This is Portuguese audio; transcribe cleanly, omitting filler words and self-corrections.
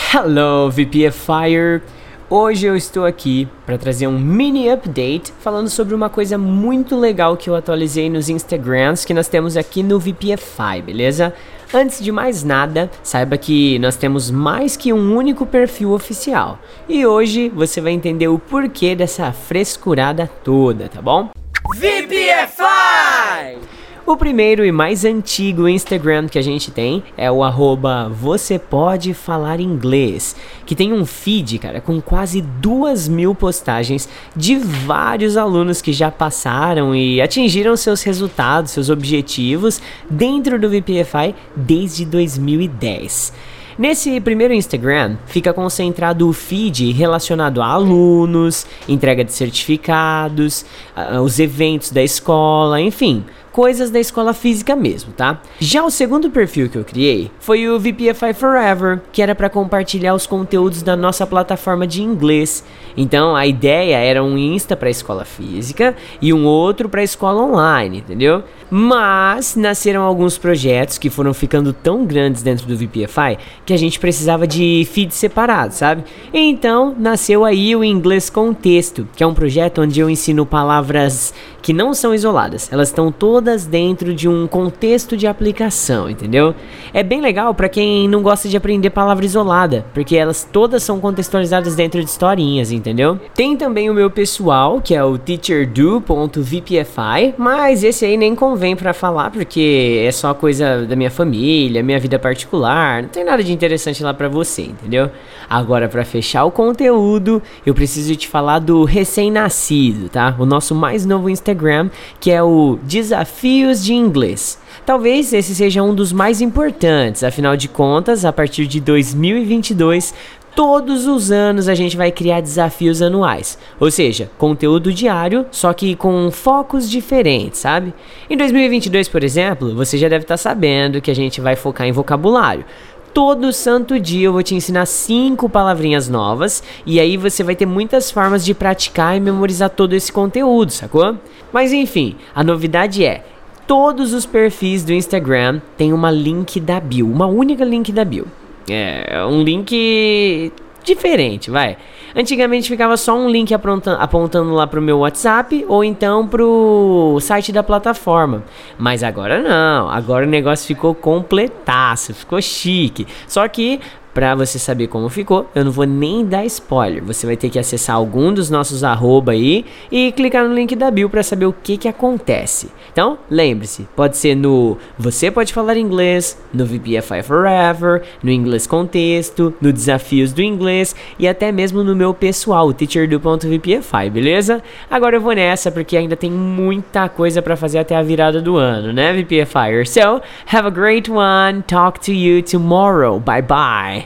Hello, VPFire! Hoje eu estou aqui para trazer um mini update falando sobre uma coisa muito legal que eu atualizei nos Instagrams que nós temos aqui no VPFI, beleza? Antes de mais nada, saiba que nós temos mais que um único perfil oficial. E hoje você vai entender o porquê dessa frescurada toda, tá bom? VPFI! O primeiro e mais antigo Instagram que a gente tem é o @Você Pode Falar Inglês, que tem um feed, cara, com quase 2.000 postagens de vários alunos que já passaram e atingiram seus resultados, seus objetivos dentro do VPFI desde 2010. Nesse primeiro Instagram, fica concentrado o feed relacionado a alunos, entrega de certificados, os eventos da escola, enfim, coisas da escola física mesmo, tá? Já o segundo perfil que eu criei foi o VPFI Forever, que era para compartilhar os conteúdos da nossa plataforma de inglês. Então a ideia era um Insta para escola física e um outro para escola online, entendeu? Mas nasceram alguns projetos que foram ficando tão grandes dentro do VPFI que a gente precisava de feeds separados, sabe? Então nasceu aí o Inglês com Texto, que é um projeto onde eu ensino palavras que não são isoladas, elas estão todas dentro de um contexto de aplicação, entendeu? É bem legal para quem não gosta de aprender palavra isolada, porque elas todas são contextualizadas dentro de historinhas, entendeu? Tem também o meu pessoal, que é o teacherdo.vpfi, mas esse aí nem convém para falar, porque é só coisa da minha família, minha vida particular, não tem nada de interessante lá para você, entendeu? Agora, para fechar o conteúdo, eu preciso te falar do recém-nascido, tá? O nosso mais novo Instagram, que é o Desafios de Inglês. Talvez esse seja um dos mais importantes, afinal de contas, a partir de 2022, todos os anos a gente vai criar desafios anuais, ou seja, conteúdo diário, só que com focos diferentes, sabe? Em 2022, por exemplo, você já deve estar sabendo que a gente vai focar em vocabulário. Todo santo dia eu vou te ensinar 5 palavrinhas novas e aí você vai ter muitas formas de praticar e memorizar todo esse conteúdo, sacou? Mas enfim, a novidade é, todos os perfis do Instagram têm uma link da bio, uma única link da bio. É um link diferente, vai. Antigamente ficava só um link apontando lá pro meu WhatsApp ou então pro site da plataforma. Mas agora não, agora o negócio ficou completaço, ficou chique. Só que, pra você saber como ficou, eu não vou nem dar spoiler. Você vai ter que acessar algum dos nossos arroba aí e clicar no link da bio pra saber o que acontece. Então, lembre-se, pode ser no Você Pode Falar Inglês, no VPFI Forever, no Inglês com Texto, no Desafios do Inglês e até mesmo no meu pessoal, o teacherdo.vpfi, beleza? Agora eu vou nessa porque ainda tem muita coisa pra fazer até a virada do ano, né, VPFire? So, have a great one. Talk to you tomorrow. Bye bye.